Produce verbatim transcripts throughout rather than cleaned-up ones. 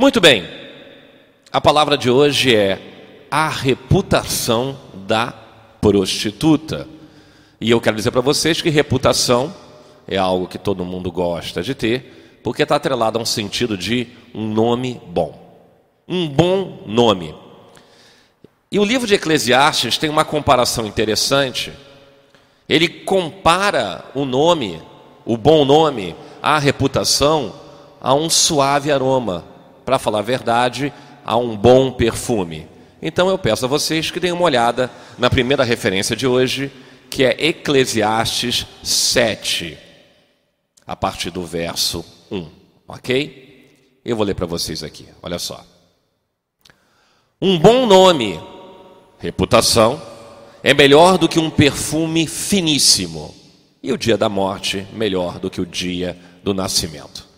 Muito bem, a palavra de hoje é a reputação da prostituta. E eu quero dizer para vocês que reputação é algo que todo mundo gosta de ter, porque está atrelado a um sentido de um nome bom. Um bom nome. E o livro de Eclesiastes tem uma comparação interessante. Ele compara o nome, o bom nome, a reputação, a um suave aroma. Para falar a verdade, a um bom perfume. Então eu peço a vocês que deem uma olhada na primeira referência de hoje, que é Eclesiastes sete, a partir do verso um, ok? Eu vou ler para vocês aqui, olha só. Um bom nome, reputação, é melhor do que um perfume finíssimo, e o dia da morte melhor do que o dia do nascimento.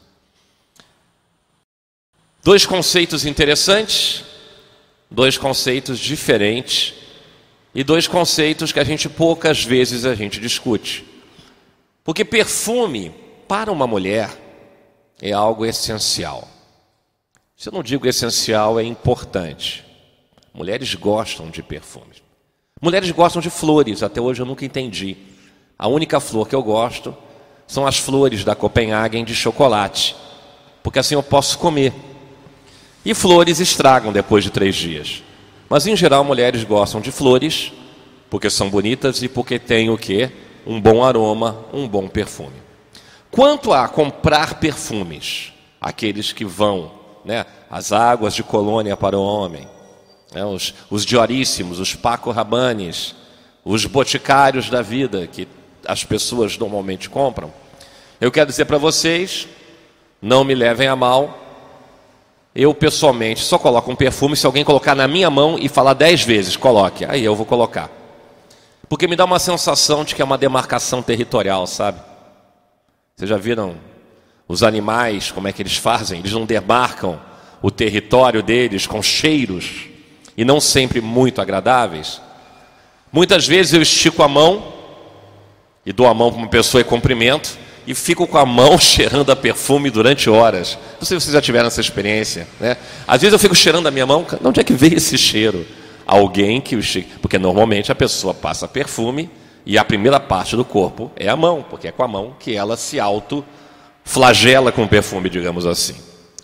Dois conceitos interessantes, dois conceitos diferentes e dois conceitos que a gente poucas vezes a gente discute. Porque perfume, para uma mulher, é algo essencial. Se eu não digo essencial, é importante. Mulheres gostam de perfumes. Mulheres gostam de flores, até hoje eu nunca entendi. A única flor que eu gosto são as flores da Copenhagen de chocolate, porque assim eu posso comer. E flores estragam depois de três dias. Mas, em geral, mulheres gostam de flores porque são bonitas e porque têm o quê? Um bom aroma, um bom perfume. Quanto a comprar perfumes, aqueles que vão, né, as águas de colônia para o homem, né, os, os Dioríssimos, os Paco Rabannes, os boticários da vida que as pessoas normalmente compram, eu quero dizer para vocês, não me levem a mal, eu, pessoalmente, só coloco um perfume se alguém colocar na minha mão e falar dez vezes, coloque. Aí eu vou colocar. Porque me dá uma sensação de que é uma demarcação territorial, sabe? Vocês já viram os animais, como é que eles fazem? Eles não demarcam o território deles com cheiros, e não sempre muito agradáveis. Muitas vezes eu estico a mão, e dou a mão para uma pessoa e cumprimento, e fico com a mão cheirando a perfume durante horas. Não sei se vocês já tiveram essa experiência, né? Às vezes eu fico cheirando a minha mão, de onde é que veio esse cheiro? Alguém que o cheira, porque normalmente a pessoa passa perfume e a primeira parte do corpo é a mão, porque é com a mão que ela se auto-flagela com o perfume, digamos assim.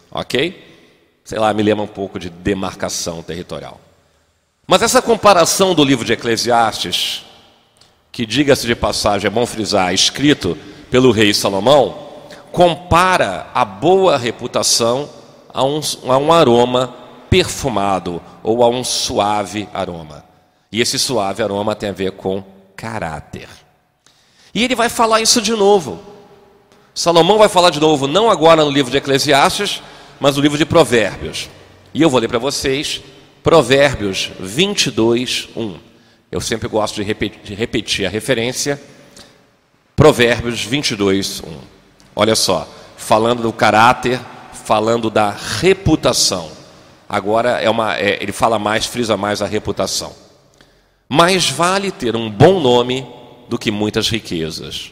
Ok? Sei lá, me lembra um pouco de demarcação territorial. Mas essa comparação do livro de Eclesiastes, que, diga-se de passagem, é bom frisar, escrito pelo rei Salomão, compara a boa reputação a um, a um aroma perfumado ou a um suave aroma. E esse suave aroma tem a ver com caráter. E ele vai falar isso de novo. Salomão vai falar de novo, não agora no livro de Eclesiastes, mas no livro de Provérbios. E eu vou ler para vocês Provérbios vinte e dois, um. Eu sempre gosto de repetir, de repetir a referência. Provérbios vinte e dois, um. Olha só, falando do caráter, falando da reputação. Agora é uma, é, ele fala mais, frisa mais a reputação. Mais vale ter um bom nome do que muitas riquezas.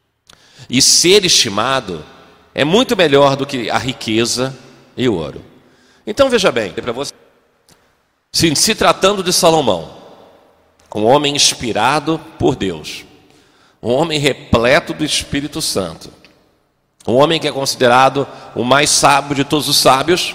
E ser estimado é muito melhor do que a riqueza e o ouro. Então veja bem, para você, se, se tratando de Salomão, um homem inspirado por Deus, um homem repleto do Espírito Santo, um homem que é considerado o mais sábio de todos os sábios,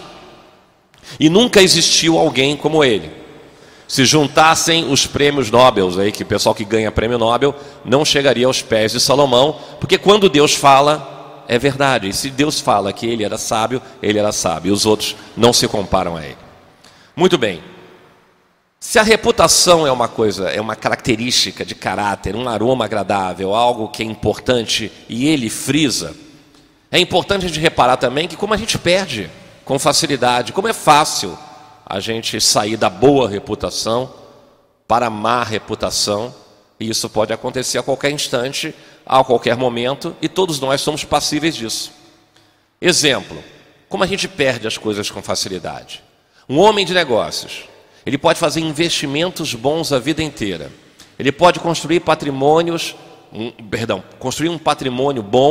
e nunca existiu alguém como ele. Se juntassem os prêmios Nobel, aí, que o pessoal que ganha prêmio Nobel não chegaria aos pés de Salomão, porque quando Deus fala, é verdade. E se Deus fala que ele era sábio, ele era sábio, e os outros não se comparam a ele. Muito bem. Se a reputação é uma coisa, é uma característica de caráter, um aroma agradável, algo que é importante, e ele frisa, é importante a gente reparar também que como a gente perde com facilidade, como é fácil a gente sair da boa reputação para a má reputação, e isso pode acontecer a qualquer instante, a qualquer momento, e todos nós somos passíveis disso. Exemplo, como a gente perde as coisas com facilidade. Um homem de negócios, ele pode fazer investimentos bons a vida inteira, ele pode construir patrimônios, um, perdão, construir um patrimônio bom,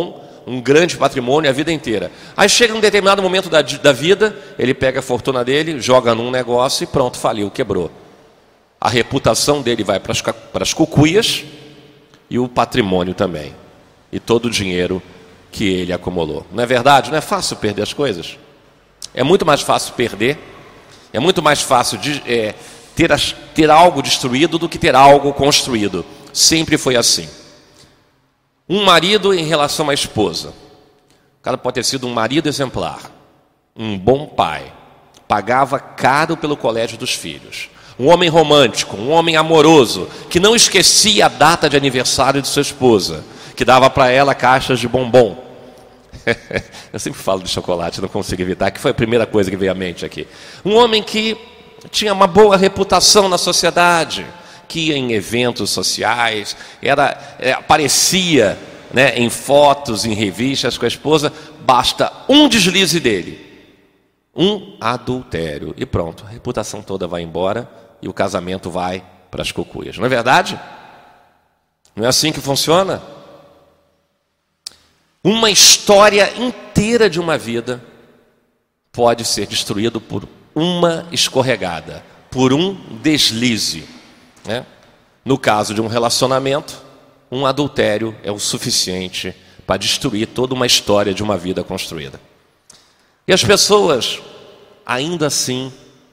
um grande patrimônio a vida inteira. Aí chega um determinado momento da, da vida, ele pega a fortuna dele, joga num negócio e pronto, faliu, quebrou. A reputação dele vai para as, para as cucuias e o patrimônio também. E todo o dinheiro que ele acumulou. Não é verdade? Não é fácil perder as coisas. É muito mais fácil perder, é muito mais fácil de, é, ter, as, ter algo destruído do que ter algo construído. Sempre foi assim. Um marido em relação à esposa. O cara pode ter sido um marido exemplar, um bom pai, pagava caro pelo colégio dos filhos. Um homem romântico, um homem amoroso, que não esquecia a data de aniversário de sua esposa, que dava para ela caixas de bombom. Eu sempre falo de chocolate, não consigo evitar, que foi a primeira coisa que veio à mente aqui. Um homem que tinha uma boa reputação na sociedade, que ia em eventos sociais, era, é, aparecia, né, em fotos, em revistas com a esposa. Basta um deslize dele, um adultério, e pronto, a reputação toda vai embora e o casamento vai para as cucuias. Não é verdade? Não é assim que funciona? Uma história inteira de uma vida pode ser destruída por uma escorregada, por um deslize, né? No caso de um relacionamento, um adultério é o suficiente para destruir toda uma história de uma vida construída. E as pessoas, ainda assim,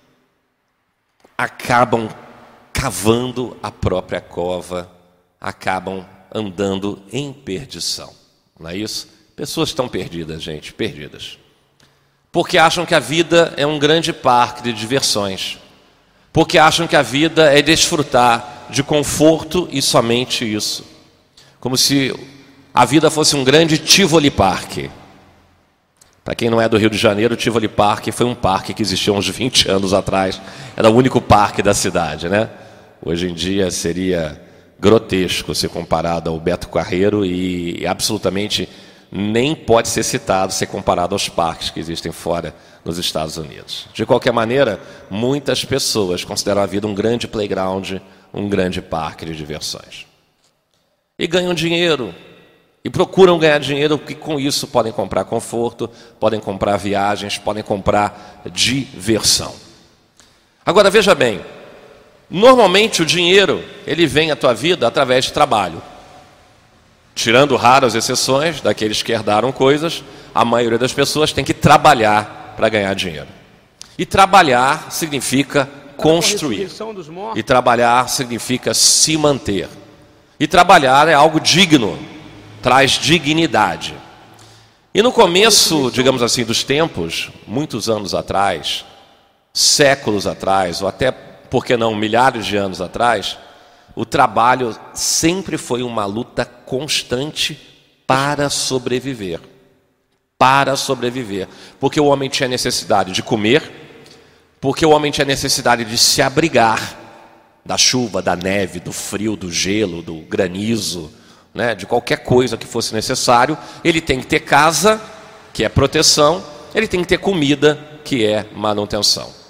acabam cavando a própria cova, acabam andando em perdição. Não é isso? Pessoas estão perdidas, gente, perdidas. Porque acham que a vida é um grande parque de diversões. Porque acham que a vida é desfrutar de conforto e somente isso. Como se a vida fosse um grande Tivoli Park. Para quem não é do Rio de Janeiro, o Tivoli Park foi um parque que existia uns vinte anos atrás. Era o único parque da cidade, né? Hoje em dia seria grotesco ser comparado ao Beto Carreiro e absolutamente nem pode ser citado, ser comparado aos parques que existem fora nos Estados Unidos. De qualquer maneira, muitas pessoas consideram a vida um grande playground, um grande parque de diversões. E ganham dinheiro, e procuram ganhar dinheiro, porque com isso podem comprar conforto, podem comprar viagens, podem comprar diversão. Agora, veja bem, normalmente o dinheiro, ele vem à tua vida através de trabalho. Tirando raras exceções daqueles que herdaram coisas, a maioria das pessoas tem que trabalhar para ganhar dinheiro. E trabalhar significa construir. E trabalhar significa se manter. E trabalhar é algo digno, traz dignidade. E no começo, digamos assim, dos tempos, muitos anos atrás, séculos atrás, ou até, por que não, milhares de anos atrás, o trabalho sempre foi uma luta constante para sobreviver. Para sobreviver. Porque o homem tinha necessidade de comer, porque o homem tinha necessidade de se abrigar da chuva, da neve, do frio, do gelo, do granizo, né, de qualquer coisa que fosse necessário. Ele tem que ter casa, que é proteção, ele tem que ter comida, que é manutenção.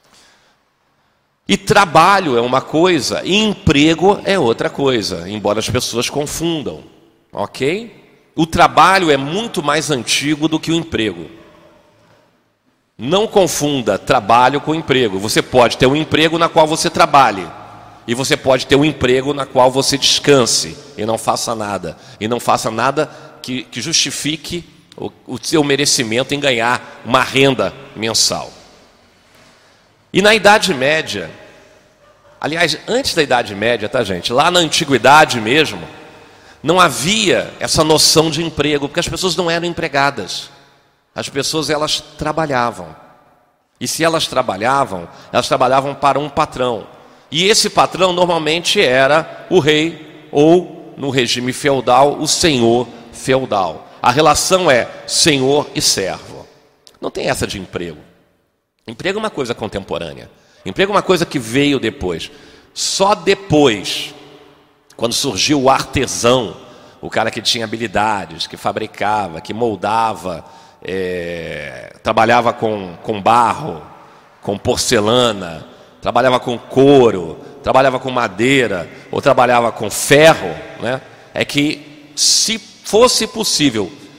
E trabalho é uma coisa e emprego é outra coisa, embora as pessoas confundam, ok? O trabalho é muito mais antigo do que o emprego. Não confunda trabalho com emprego. Você pode ter um emprego na qual você trabalhe, e você pode ter um emprego na qual você descanse e não faça nada, e não faça nada que, que justifique o, o seu merecimento em ganhar uma renda mensal. E na Idade Média, aliás, antes da Idade Média, tá, gente? Lá na Antiguidade mesmo, não havia essa noção de emprego, porque as pessoas não eram empregadas. As pessoas, elas trabalhavam. E se elas trabalhavam, elas trabalhavam para um patrão. E esse patrão normalmente era o rei, ou, no regime feudal, o senhor feudal. A relação é senhor e servo. Não tem essa de emprego. Emprego é uma coisa contemporânea. Emprego é uma coisa que veio depois. Só depois, quando surgiu o artesão, o cara que tinha habilidades, que fabricava, que moldava, é, trabalhava com, com barro, com porcelana, trabalhava com couro, trabalhava com madeira, ou trabalhava com ferro, né? É que, se fosse possível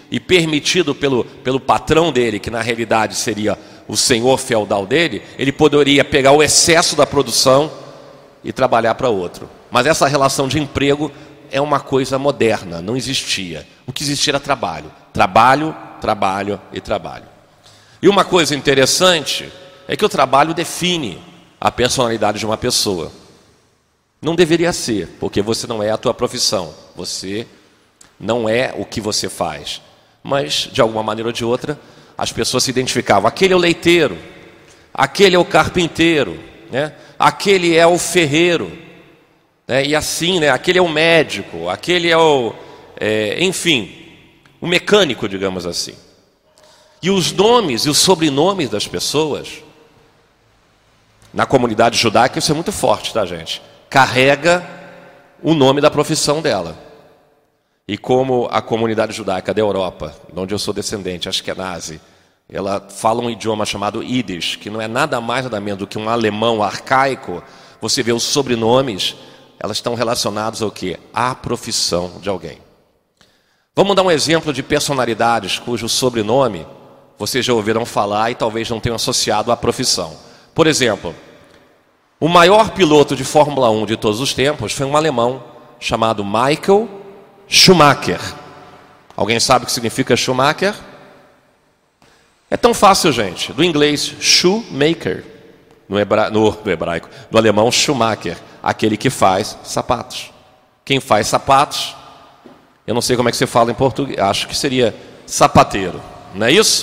e permitido pelo, pelo patrão dele, que na realidade seria o senhor feudal dele, ele poderia pegar o excesso da produção e trabalhar para outro. Mas essa relação de emprego é uma coisa moderna, não existia. O que existia era trabalho. Trabalho, trabalho e trabalho. E uma coisa interessante é que o trabalho define a personalidade de uma pessoa. Não deveria ser, porque você não é a tua profissão. Você não é o que você faz. Mas, de alguma maneira ou de outra, as pessoas se identificavam. Aquele é o leiteiro, aquele é o carpinteiro, né? Aquele é o ferreiro, né? E assim, né? Aquele é o médico, aquele é o... É, enfim, o mecânico, digamos assim. E os nomes e os sobrenomes das pessoas, na comunidade judaica, isso é muito forte, tá, gente? Carrega o nome da profissão dela. E como a comunidade judaica da Europa, de onde eu sou descendente, Ashkenazi, ela fala um idioma chamado Yiddish, que não é nada mais nada menos do que um alemão arcaico. Você vê os sobrenomes, elas estão relacionadas ao quê? À profissão de alguém. Vamos dar um exemplo de personalidades cujo sobrenome vocês já ouviram falar e talvez não tenham associado à profissão. Por exemplo, o maior piloto de Fórmula um de todos os tempos foi um alemão chamado Michael Schumacher. Alguém sabe o que significa Schumacher? É tão fácil, gente. Do inglês, shoemaker. No, hebra... no, no hebraico, no alemão, Schumacher. Aquele que faz sapatos. Quem faz sapatos, eu não sei como é que você fala em português, acho que seria sapateiro. Não é isso?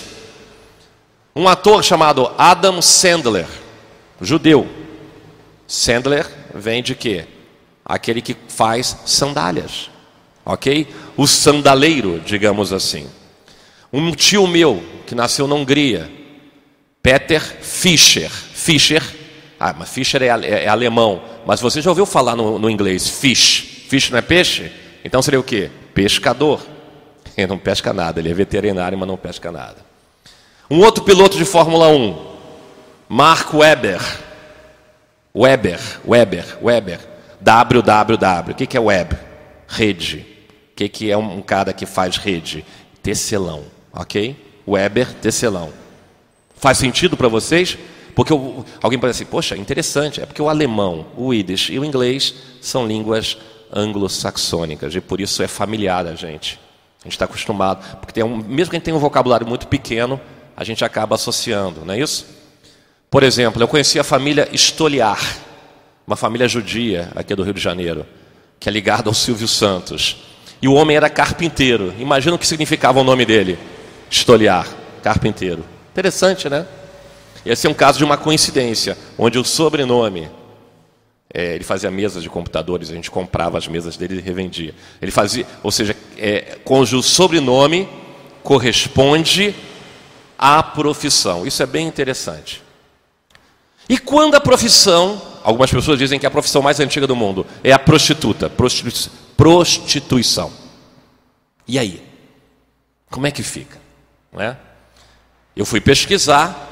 Um ator chamado Adam Sandler, judeu. Sandler vem de quê? Aquele que faz sandálias. Ok? O sandaleiro, digamos assim. Um tio meu, que nasceu na Hungria, Peter Fischer. Fischer, ah, mas Fischer é, é, é alemão, mas você já ouviu falar no, no inglês, fish. Fish não é peixe? Então seria o quê? Pescador. Ele não pesca nada, ele é veterinário, mas não pesca nada. Um outro piloto de Fórmula um, Mark Webber. Weber, Weber, Weber. W W W. O que é web? Rede. O que é um cara que faz rede? Tecelão, ok? Weber, tecelão. Faz sentido para vocês? Porque o, alguém pode dizer assim, poxa, interessante. É porque o alemão, o Yiddish e o inglês são línguas anglo-saxônicas. E por isso é familiar a gente. A gente está acostumado. Porque tem um, mesmo que a gente tenha um vocabulário muito pequeno, a gente acaba associando, não é isso? Por exemplo, eu conheci a família Stoliar, uma família judia aqui do Rio de Janeiro, que é ligada ao Silvio Santos. E o homem era carpinteiro. Imagina o que significava o nome dele. Stoliar, carpinteiro. Interessante, né? Esse é um caso de uma coincidência, onde o sobrenome... É, ele fazia mesas de computadores, a gente comprava as mesas dele e revendia. Ele fazia, ou seja, é, cujo sobrenome corresponde à profissão. Isso é bem interessante. E quando a profissão... Algumas pessoas dizem que a profissão mais antiga do mundo é a prostituta, prostitu, prostituição. E aí? Como é que fica? Não é? Eu fui pesquisar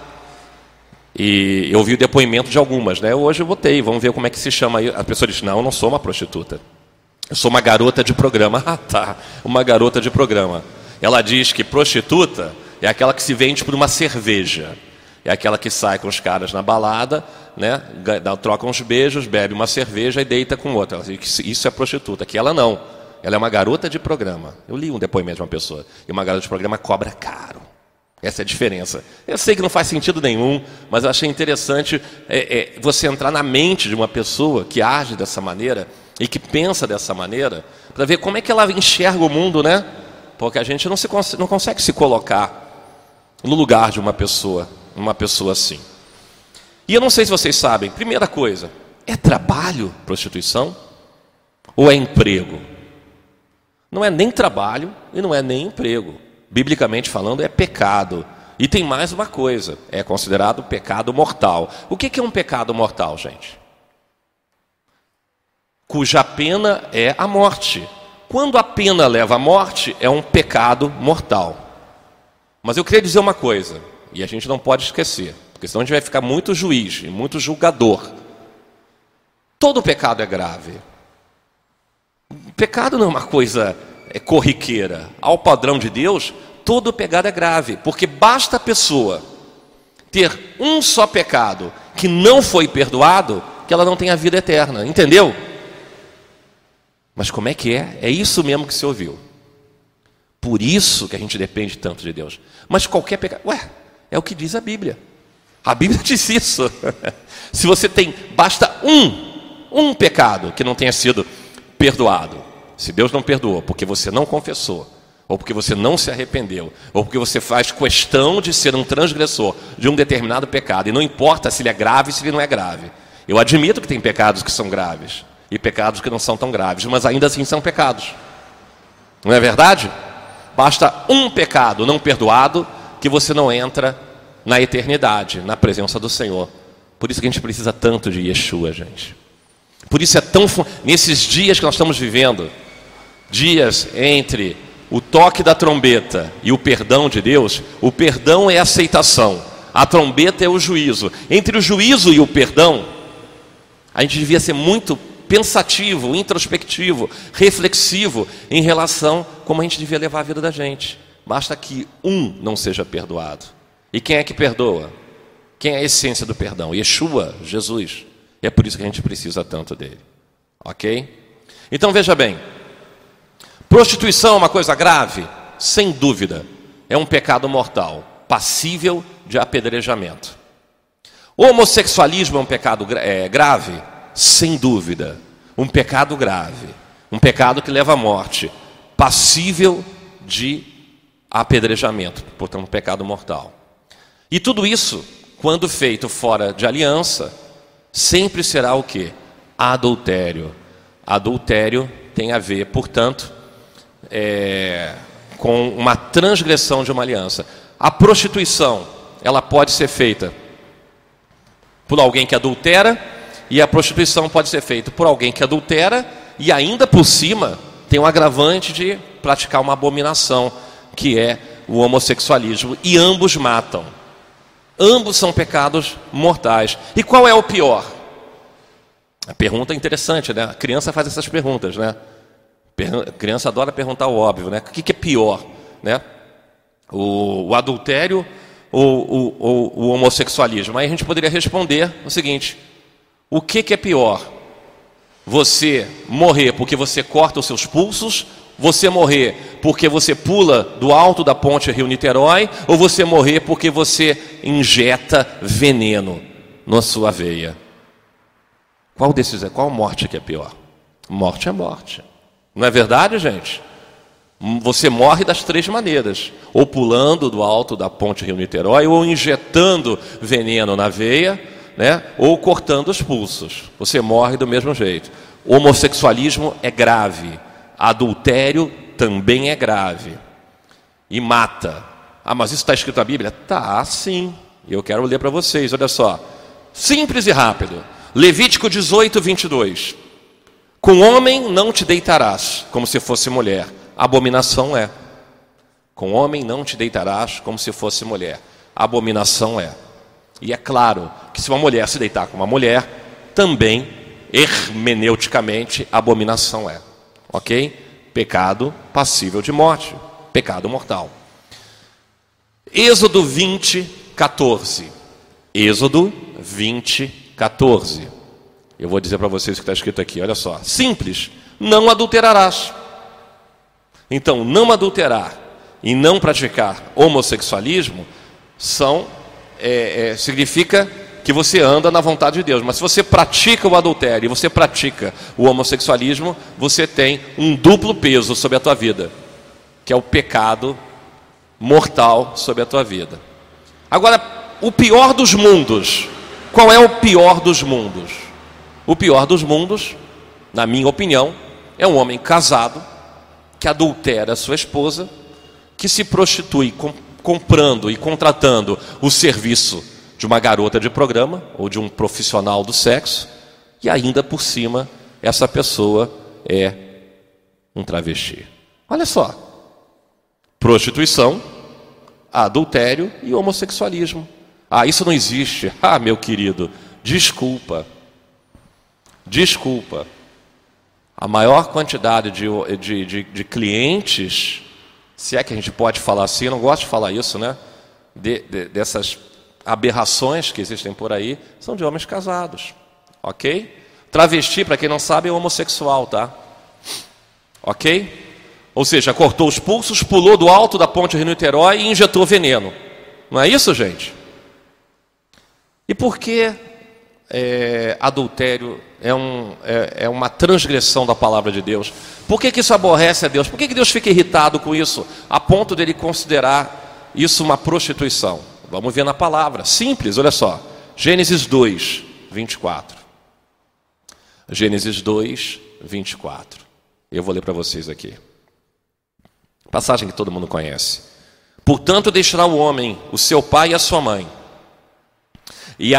e eu vi o depoimento de algumas. Né? Hoje eu botei, vamos ver como é que se chama. A pessoa diz, não, eu não sou uma prostituta. Eu sou uma garota de programa. Ah, tá, uma garota de programa. Ela diz que prostituta é aquela que se vende por uma cerveja. É aquela que sai com os caras na balada, né? Troca uns beijos, bebe uma cerveja e deita com outra. Isso é prostituta. Que ela não. Ela é uma garota de programa. Eu li um depoimento de uma pessoa. E uma garota de programa cobra caro. Essa é a diferença. Eu sei que não faz sentido nenhum, mas eu achei interessante é, é, você entrar na mente de uma pessoa que age dessa maneira e que pensa dessa maneira, para ver como é que ela enxerga o mundo, né? Porque a gente não, se, não consegue se colocar no lugar de uma pessoa. Uma pessoa assim. E eu não sei se vocês sabem, primeira coisa, é trabalho, prostituição? Ou é emprego? Não é nem trabalho e não é nem emprego. Biblicamente falando, é pecado. E tem mais uma coisa, é considerado pecado mortal. O que é um pecado mortal, gente? Cuja pena é a morte. Quando a pena leva à morte, é um pecado mortal. Mas eu queria dizer uma coisa, e a gente não pode esquecer, porque senão a gente vai ficar muito juiz e muito julgador. Todo pecado é grave. O pecado não é uma coisa é corriqueira ao padrão de Deus, todo pecado é grave, porque basta a pessoa ter um só pecado que não foi perdoado, que ela não tem a vida eterna, entendeu? Mas como é que é? É isso mesmo que você ouviu. Por isso que a gente depende tanto de Deus. Mas qualquer pecado, ué, é o que diz a Bíblia. A Bíblia diz isso. Se você tem, basta um, um pecado que não tenha sido perdoado. Se Deus não perdoou porque você não confessou, ou porque você não se arrependeu, ou porque você faz questão de ser um transgressor de um determinado pecado, e não importa se ele é grave ou se ele não é grave. Eu admito que tem pecados que são graves, e pecados que não são tão graves, mas ainda assim são pecados. Não é verdade? Basta um pecado não perdoado que você não entra na eternidade, na presença do Senhor. Por isso que a gente precisa tanto de Yeshua, gente. Por isso é tão... Nesses dias que nós estamos vivendo, dias entre o toque da trombeta e o perdão de Deus, o perdão é a aceitação, a trombeta é o juízo. Entre o juízo e o perdão, a gente devia ser muito pensativo, introspectivo, reflexivo em relação a como a gente devia levar a vida da gente. Basta que um não seja perdoado. E quem é que perdoa? Quem é a essência do perdão? Yeshua, Jesus. E é por isso que a gente precisa tanto dele. Ok? Então veja bem. Prostituição é uma coisa grave? Sem dúvida. É um pecado mortal, passível de apedrejamento. Homossexualismo é um pecado é, grave? Sem dúvida. Um pecado grave. Um pecado que leva à morte, passível de apedrejamento. Portanto, um pecado mortal. E tudo isso, quando feito fora de aliança, sempre será o quê? Adultério. Adultério tem a ver, portanto, é, com uma transgressão de uma aliança. A prostituição, ela pode ser feita por alguém que adultera, e a prostituição pode ser feita por alguém que adultera, e ainda por cima tem um agravante de praticar uma abominação, que é o homossexualismo, e ambos matam. Ambos são pecados mortais. E qual é o pior? A pergunta é interessante, né? A criança faz essas perguntas, né? A criança adora perguntar o óbvio, né? O que é pior, né? O, o adultério ou, ou, ou o homossexualismo? Aí a gente poderia responder o seguinte: o que, que é pior? Você morrer porque você corta os seus pulsos? Você morrer porque você pula do alto da ponte Rio-Niterói? Ou você morrer porque você injeta veneno na sua veia? Qual desses é? Qual morte que é pior? Morte é morte. Não é verdade, gente? Você morre das três maneiras: ou pulando do alto da ponte Rio-Niterói, ou injetando veneno na veia, né? Ou cortando os pulsos. Você morre do mesmo jeito. O homossexualismo é grave. Adultério também é grave. E mata. Ah, mas isso está escrito na Bíblia? Tá, sim. Eu quero ler para vocês, olha só. Simples e rápido. Levítico dezoito, vinte e dois. Com homem não te deitarás, como se fosse mulher. Abominação é. Com homem não te deitarás, como se fosse mulher. Abominação é. E é claro que se uma mulher se deitar com uma mulher, também, hermeneuticamente, abominação é. Ok? Pecado passível de morte. Pecado mortal. Êxodo vinte, quatorze. Êxodo vinte, quatorze. Eu vou dizer para vocês o que está escrito aqui. Olha só. Simples. Não adulterarás. Então, não adulterar e não praticar homossexualismo são, é, é, significa que você anda na vontade de Deus. Mas se você pratica o adultério e você pratica o homossexualismo, você tem um duplo peso sobre a tua vida, que é o pecado mortal sobre a tua vida. Agora, o pior dos mundos. Qual é o pior dos mundos? O pior dos mundos, na minha opinião, é um homem casado que adultera a sua esposa, que se prostitui com, comprando e contratando o serviço de uma garota de programa ou de um profissional do sexo, e ainda por cima essa pessoa é um travesti. Olha só. Prostituição, adultério e homossexualismo. Ah, isso não existe. Ah, meu querido, desculpa. Desculpa. a maior quantidade de, de, de, de clientes, se é que a gente pode falar assim, eu não gosto de falar isso, né? De, de, dessas aberrações que existem por aí, são de homens casados, ok? Travesti, para quem não sabe, é homossexual, tá? Ok? Ou seja, cortou os pulsos, pulou do alto da ponte Rio-Niterói e injetou veneno. Não é isso, gente? E por que é, adultério é, um, é, é uma transgressão da palavra de Deus? Por que, que isso aborrece a Deus? Por que, que Deus fica irritado com isso, a ponto dele considerar isso uma prostituição? Vamos ver na palavra. Simples, olha só. Gênesis dois, vinte e quatro. Gênesis dois, vinte e quatro. Eu vou ler para vocês aqui. Passagem que todo mundo conhece. Portanto, deixará o homem, o seu pai e a sua mãe, e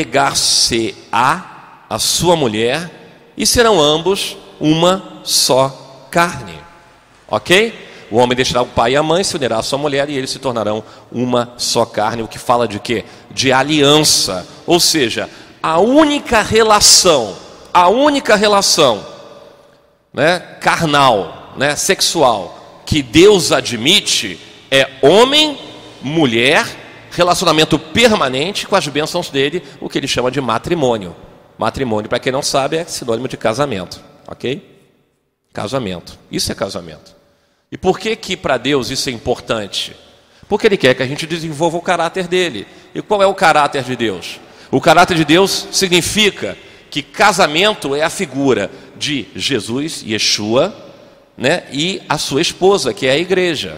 apegar-se-á a sua mulher, e serão ambos uma só carne. Ok? O homem deixará o pai e a mãe, se unirá à sua mulher, e eles se tornarão uma só carne. O que fala de quê? De aliança. Ou seja, a única relação, a única relação, né, carnal, né, sexual, que Deus admite é homem, mulher, relacionamento permanente com as bênçãos dele, o que ele chama de matrimônio. Matrimônio, para quem não sabe, é sinônimo de casamento, ok? Casamento, isso é casamento. E por que que para Deus isso é importante? Porque Ele quer que a gente desenvolva o caráter dele. E qual é o caráter de Deus? O caráter de Deus significa que casamento é a figura de Jesus, Yeshua, né, e a sua esposa, que é a igreja.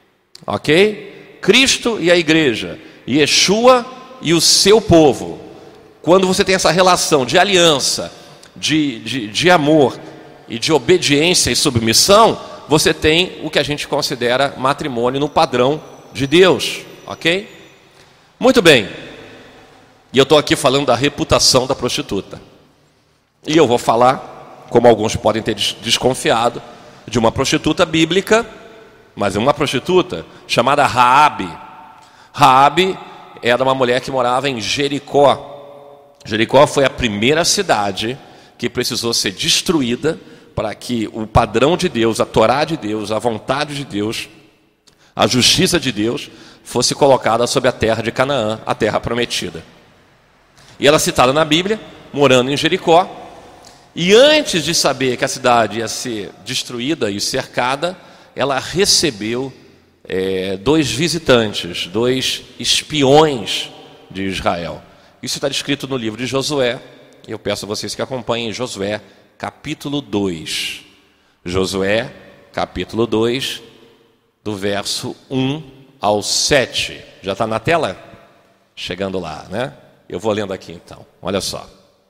Ok? Cristo e a igreja, Yeshua e o seu povo. Quando você tem essa relação de aliança, de, de, de amor e de obediência e submissão, você tem o que a gente considera matrimônio no padrão de Deus. Ok? Muito bem. E eu estou aqui falando da reputação da prostituta. E eu vou falar, como alguns podem ter desconfiado, de uma prostituta bíblica, mas uma prostituta chamada Raabe. Raabe era uma mulher que morava em Jericó. Jericó foi a primeira cidade que precisou ser destruída para que o padrão de Deus, a Torá de Deus, a vontade de Deus, a justiça de Deus fosse colocada sobre a terra de Canaã, a terra prometida. E ela é citada na Bíblia, morando em Jericó. E antes de saber que a cidade ia ser destruída e cercada, ela recebeu é, dois visitantes, dois espiões de Israel. Isso está descrito no livro de Josué. Eu peço a vocês que acompanhem Josué, capítulo dois. Josué, capítulo dois, do verso um ao sete. Já está na tela? Chegando lá, né? Eu vou lendo aqui então. Olha só.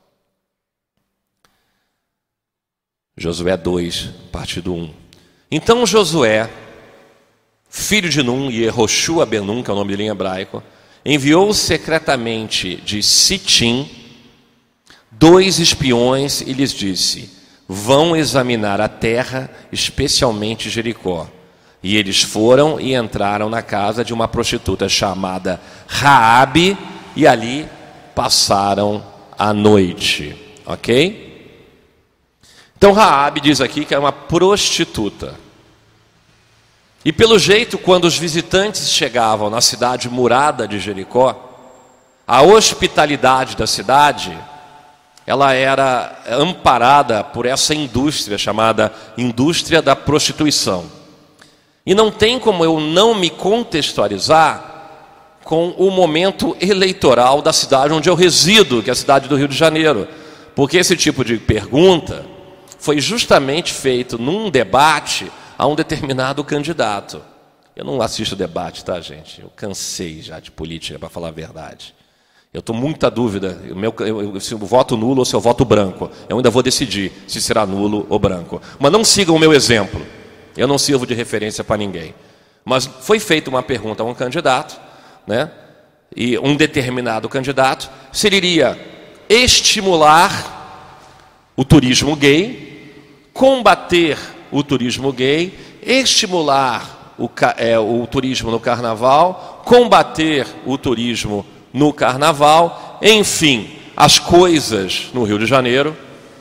Josué dois, parte do um. Então Josué, filho de Num, e Yehoshua Benum, que é o nome dele em hebraico, enviou secretamente de Sitim dois espiões e lhes disse: vão examinar a terra, especialmente Jericó. E eles foram e entraram na casa de uma prostituta chamada Raabe, e ali passaram a noite. Ok? Então Raabe diz aqui que é uma prostituta. E pelo jeito, quando os visitantes chegavam na cidade murada de Jericó, a hospitalidade da cidade, ela era amparada por essa indústria chamada indústria da prostituição. E não tem como eu não me contextualizar com o momento eleitoral da cidade onde eu resido, que é a cidade do Rio de Janeiro. Porque esse tipo de pergunta foi justamente feito num debate a um determinado candidato. Eu não assisto debate, tá, gente? Eu cansei já de política, para falar a verdade. Eu estou muita dúvida, meu, eu, eu, se eu voto nulo ou se eu voto branco. Eu ainda vou decidir se será nulo ou branco. Mas não sigam o meu exemplo. Eu não sirvo de referência para ninguém. Mas foi feita uma pergunta a um candidato, né? E um determinado candidato, se ele iria estimular o turismo gay, combater o turismo gay, estimular o, é, o turismo no carnaval, combater o turismo no carnaval, enfim, as coisas no Rio de Janeiro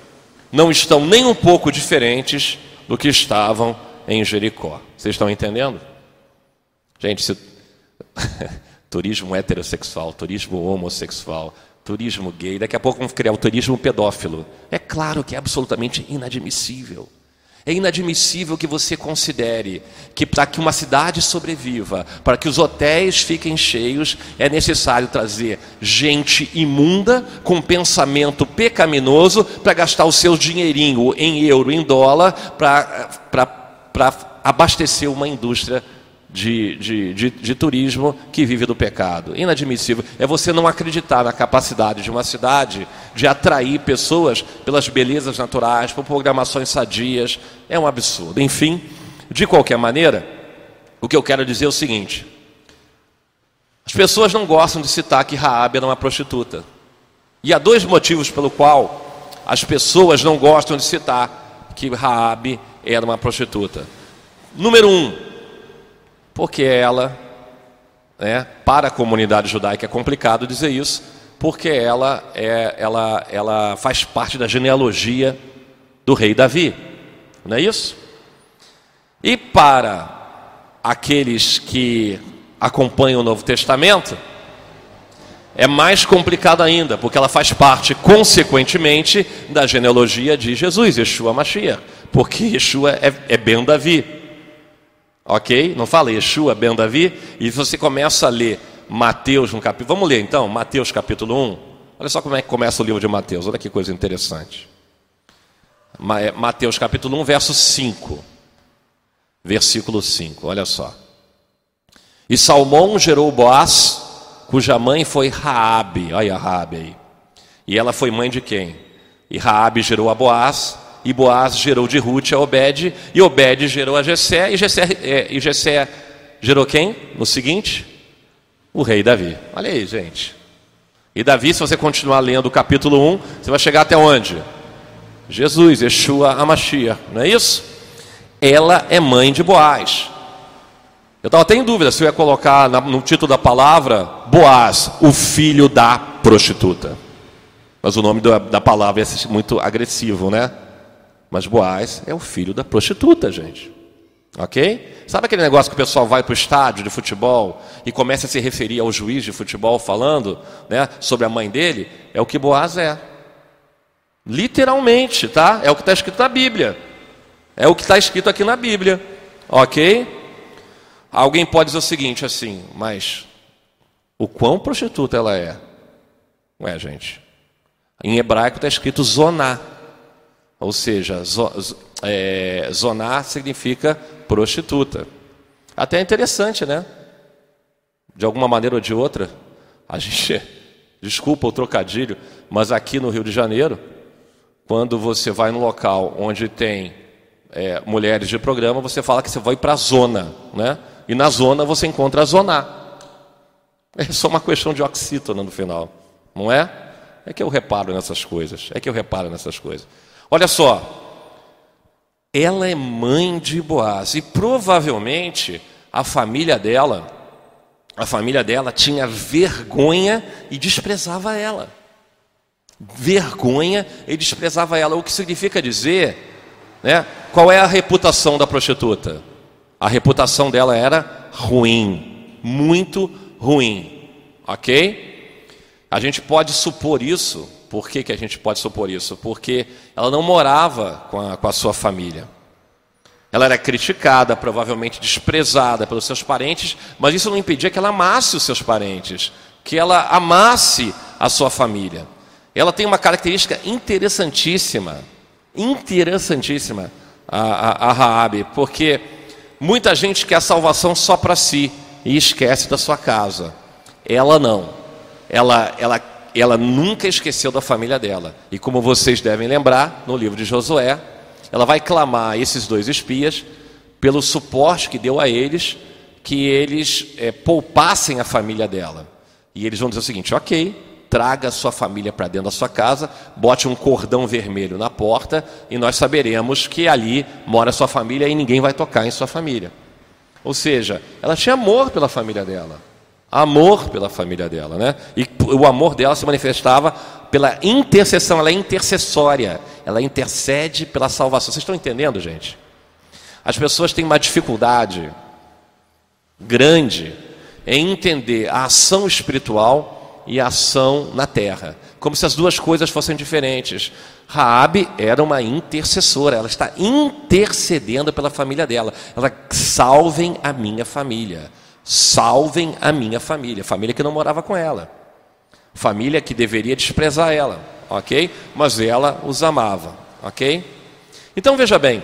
não estão nem um pouco diferentes do que estavam em Jericó. Vocês estão entendendo? Gente, se... turismo heterossexual, turismo homossexual, turismo gay, daqui a pouco vamos criar o turismo pedófilo. É claro que é absolutamente inadmissível. É inadmissível que você considere que para que uma cidade sobreviva, para que os hotéis fiquem cheios, é necessário trazer gente imunda, com pensamento pecaminoso, para gastar o seu dinheirinho em euro, em dólar, para abastecer uma indústria de, de, de, de turismo que vive do pecado. Inadmissível. É você não acreditar na capacidade de uma cidade de atrair pessoas pelas belezas naturais, por programações sadias. É um absurdo. Enfim, de qualquer maneira, o que eu quero dizer é o seguinte: as pessoas não gostam de citar que Raabe era uma prostituta. E há dois motivos pelo qual as pessoas não gostam de citar que Raabe era uma prostituta. Número um, porque ela, né, para a comunidade judaica é complicado dizer isso, porque ela, é, ela, ela faz parte da genealogia do rei Davi, não é isso? E para aqueles que acompanham o Novo Testamento, é mais complicado ainda, porque ela faz parte, consequentemente, da genealogia de Jesus, Yeshua Mashiach, porque Yeshua é, é Ben Davi. Ok? Não fala Yeshua, Ben Davi? E você começa a ler Mateus no capítulo... Vamos ler então, Mateus capítulo um. Olha só como é que começa o livro de Mateus. Olha que coisa interessante. Mateus capítulo um, verso cinco. Versículo cinco, olha só. E Salmão gerou Boaz, cuja mãe foi Raabe. Olha a Raabe aí. E ela foi mãe de quem? E Raabe gerou a Boaz... E Boaz gerou de Ruth a Obed, e Obed gerou a Jessé, e Jessé, é, e Jessé gerou quem? No seguinte, o rei Davi. Olha aí, gente. E Davi, se você continuar lendo o capítulo um, você vai chegar até onde? Jesus, Yeshua HaMashiach, não é isso? Ela é mãe de Boaz. Eu estava até em dúvida se eu ia colocar no título da palavra Boaz, o filho da prostituta. Mas o nome da palavra é muito agressivo, né? Mas Boaz é o filho da prostituta, gente. Ok? Sabe aquele negócio que o pessoal vai para o estádio de futebol e começa a se referir ao juiz de futebol falando, né, sobre a mãe dele? É o que Boaz é. Literalmente, tá? É o que está escrito na Bíblia. É o que está escrito aqui na Bíblia. Ok? Alguém pode dizer o seguinte assim, mas o quão prostituta ela é? Ué, gente. Em hebraico está escrito zoná. Ou seja, zo, é, zoná significa prostituta. Até é interessante, né? De alguma maneira ou de outra, a gente, desculpa o trocadilho, mas aqui no Rio de Janeiro, quando você vai no local onde tem é, mulheres de programa, você fala que você vai para a zona, né? E na zona você encontra a zoná. É só uma questão de oxítona no final, não é? É que eu reparo nessas coisas, é que eu reparo nessas coisas. Olha só, ela é mãe de Boaz e provavelmente a família dela, a família dela tinha vergonha e desprezava ela. Vergonha e desprezava ela, o que significa dizer, né? Qual é a reputação da prostituta? A reputação dela era ruim, muito ruim, ok? A gente pode supor isso. Por que que a gente pode supor isso? Porque ela não morava com a, com a sua família. Ela era criticada, provavelmente desprezada pelos seus parentes, mas isso não impedia que ela amasse os seus parentes, que ela amasse a sua família. Ela tem uma característica interessantíssima, interessantíssima, a, a, a Raabe, porque muita gente quer a salvação só para si e esquece da sua casa. Ela não. Ela, ela Ela nunca esqueceu da família dela. E como vocês devem lembrar, no livro de Josué, ela vai clamar a esses dois espias pelo suporte que deu a eles, que eles é, poupassem a família dela. E eles vão dizer o seguinte: ok, traga a sua família para dentro da sua casa, bote um cordão vermelho na porta e nós saberemos que ali mora a sua família e ninguém vai tocar em sua família. Ou seja, ela tinha amor pela família dela. Amor pela família dela, né? E o amor dela se manifestava pela intercessão, ela é intercessória. ela intercede pela salvação. Vocês estão entendendo, gente? As pessoas têm uma dificuldade grande em entender a ação espiritual e a ação na terra, como se as duas coisas fossem diferentes. Raabe era uma intercessora, ela está intercedendo pela família dela. Ela, salvem a minha família, salvem a minha família, família que não morava com ela, família que deveria desprezar ela, ok? Mas ela os amava, ok? Então veja bem,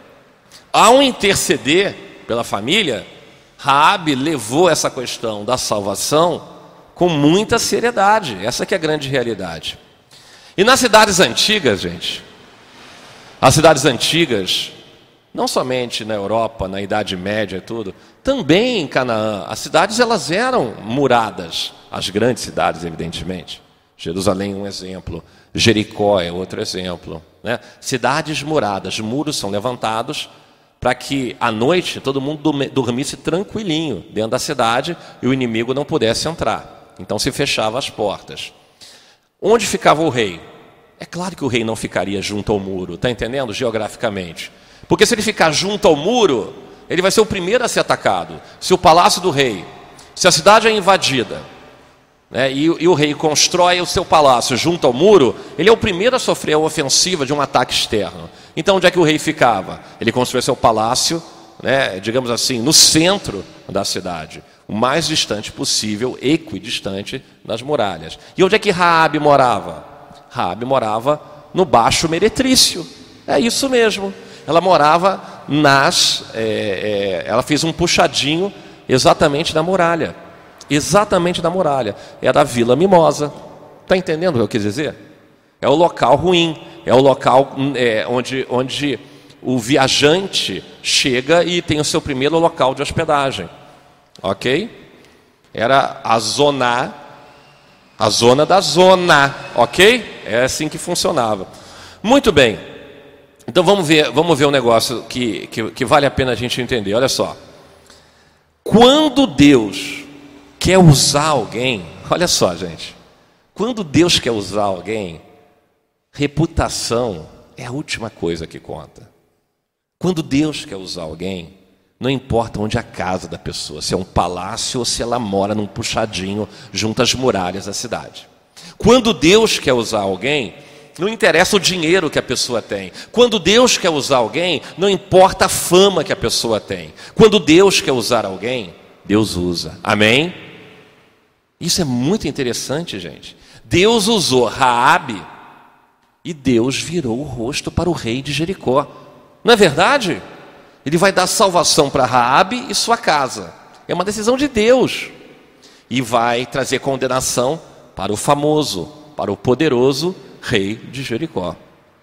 ao interceder pela família, Raabe levou essa questão da salvação com muita seriedade. Essa que é a grande realidade. E nas cidades antigas, gente, as cidades antigas, não somente na Europa, na Idade Média e tudo, também em Canaã, as cidades elas eram muradas, as grandes cidades, evidentemente. Jerusalém é um exemplo, Jericó é outro exemplo, né? Cidades muradas, muros são levantados para que à noite todo mundo dormisse tranquilinho dentro da cidade e o inimigo não pudesse entrar. Então se fechava as portas. Onde ficava o rei? É claro que o rei não ficaria junto ao muro, está entendendo? Geograficamente. Porque se ele ficar junto ao muro, ele vai ser o primeiro a ser atacado. Se o palácio do rei, se a cidade é invadida, né, e, e o rei constrói o seu palácio junto ao muro, ele é o primeiro a sofrer a ofensiva de um ataque externo. Então onde é que o rei ficava? Ele construiu seu palácio, né, digamos assim, no centro da cidade, o mais distante possível, equidistante das muralhas. E onde é que Raabe morava? Raabe morava no Baixo Meretrício. É isso mesmo. Ela morava nas... É, é, ela fez um puxadinho exatamente da muralha. Exatamente da muralha. É da Vila Mimosa. Está entendendo o que eu quis dizer? É o local ruim. É o local é, onde, onde o viajante chega e tem o seu primeiro local de hospedagem. Ok? Era a zona, a zona da zona, ok? É assim que funcionava. Muito bem. Então vamos ver, vamos ver um negócio que, que, que vale a pena a gente entender. Olha só. Quando Deus quer usar alguém, olha só, gente. Quando Deus quer usar alguém, reputação é a última coisa que conta. Quando Deus quer usar alguém, não importa onde é a casa da pessoa, se é um palácio ou se ela mora num puxadinho junto às muralhas da cidade. Quando Deus quer usar alguém, não interessa o dinheiro que a pessoa tem. Quando Deus quer usar alguém, não importa a fama que a pessoa tem. Quando Deus quer usar alguém, Deus usa. Amém? Isso é muito interessante, gente. Deus usou Raabe e Deus virou o rosto para o rei de Jericó. Não é verdade? Ele vai dar salvação para Raabe e sua casa. É uma decisão de Deus. E vai trazer condenação para o famoso, para o poderoso rei de Jericó.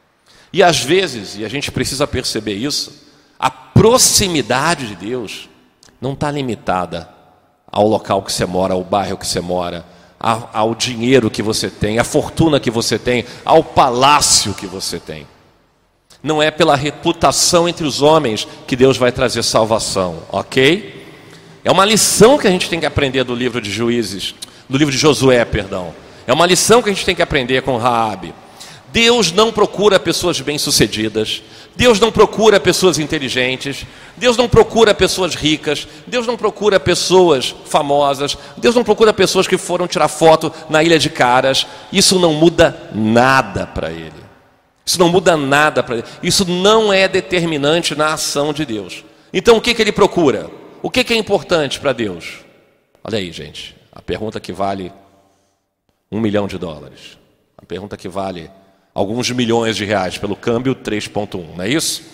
E às vezes, e a gente precisa perceber isso, a proximidade de Deus não está limitada ao local que você mora, ao bairro que você mora, ao dinheiro que você tem, à fortuna que você tem, ao palácio que você tem. Não é pela reputação entre os homens que Deus vai trazer salvação, ok? É uma lição que a gente tem que aprender do livro de Juízes, do livro de Josué, perdão. É uma lição que a gente tem que aprender com Raabe. Deus não procura pessoas bem-sucedidas, Deus não procura pessoas inteligentes, Deus não procura pessoas ricas, Deus não procura pessoas famosas, Deus não procura pessoas que foram tirar foto na Ilha de Caras. Isso não muda nada para Ele. Isso não muda nada para Ele. Isso não é determinante na ação de Deus. Então o que, que Ele procura? O que, que é importante para Deus? Olha aí, gente, a pergunta que vale um milhão de dólares. A pergunta que vale alguns milhões de reais pelo câmbio três ponto um, não é isso?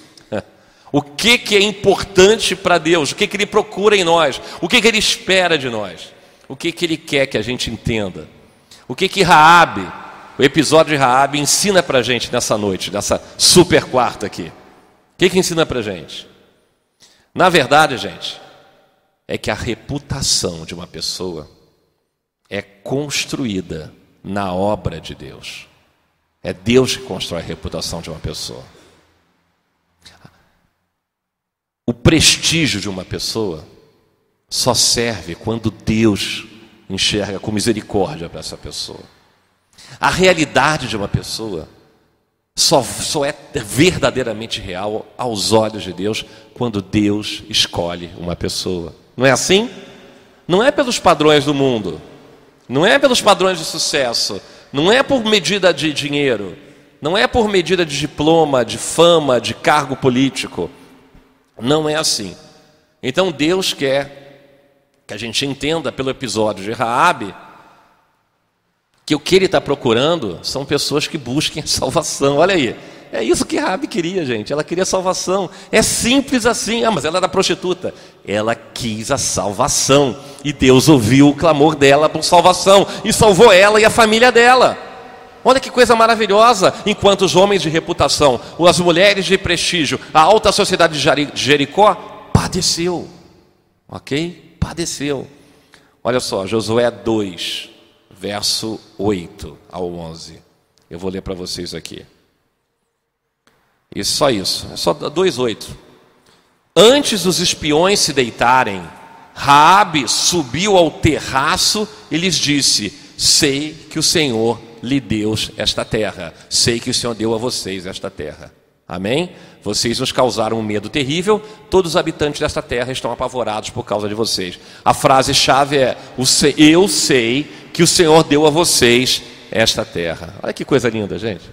O que, que é importante para Deus? O que, que Ele procura em nós? O que, que Ele espera de nós? O que, que Ele quer que a gente entenda? O que que Raabe, o episódio de Raabe ensina para a gente nessa noite, nessa super quarta aqui? O que que ensina para a gente? Na verdade, gente, é que a reputação de uma pessoa é construída na obra de Deus. É Deus que constrói a reputação de uma pessoa. O prestígio de uma pessoa só serve quando Deus enxerga com misericórdia para essa pessoa. A realidade de uma pessoa só, só é verdadeiramente real aos olhos de Deus quando Deus escolhe uma pessoa. Não é assim? Não é pelos padrões do mundo, não é pelos padrões de sucesso, não é por medida de dinheiro, não é por medida de diploma, de fama, de cargo político. Não é assim. Então Deus quer que a gente entenda pelo episódio de Raabe que o que ele está procurando são pessoas que busquem a salvação. Olha aí, é isso que Raabe queria, gente. Ela queria salvação. É simples assim. Ah, mas ela era prostituta. Ela quis a salvação. E Deus ouviu o clamor dela por salvação e salvou ela e a família dela. Olha que coisa maravilhosa. Enquanto os homens de reputação, as mulheres de prestígio, a alta sociedade de Jericó padeceu. Ok? Padeceu. Olha só, Josué dois, verso oito ao onze. Eu vou ler para vocês aqui. E só isso, é só dois, oito. Antes dos espiões se deitarem, Raabe subiu ao terraço e lhes disse: sei que o Senhor lhe deu esta terra, sei que o Senhor deu a vocês esta terra. Amém? Vocês nos causaram um medo terrível, todos os habitantes desta terra estão apavorados por causa de vocês. A frase-chave é: eu sei que o Senhor deu a vocês esta terra. Olha que coisa linda, gente.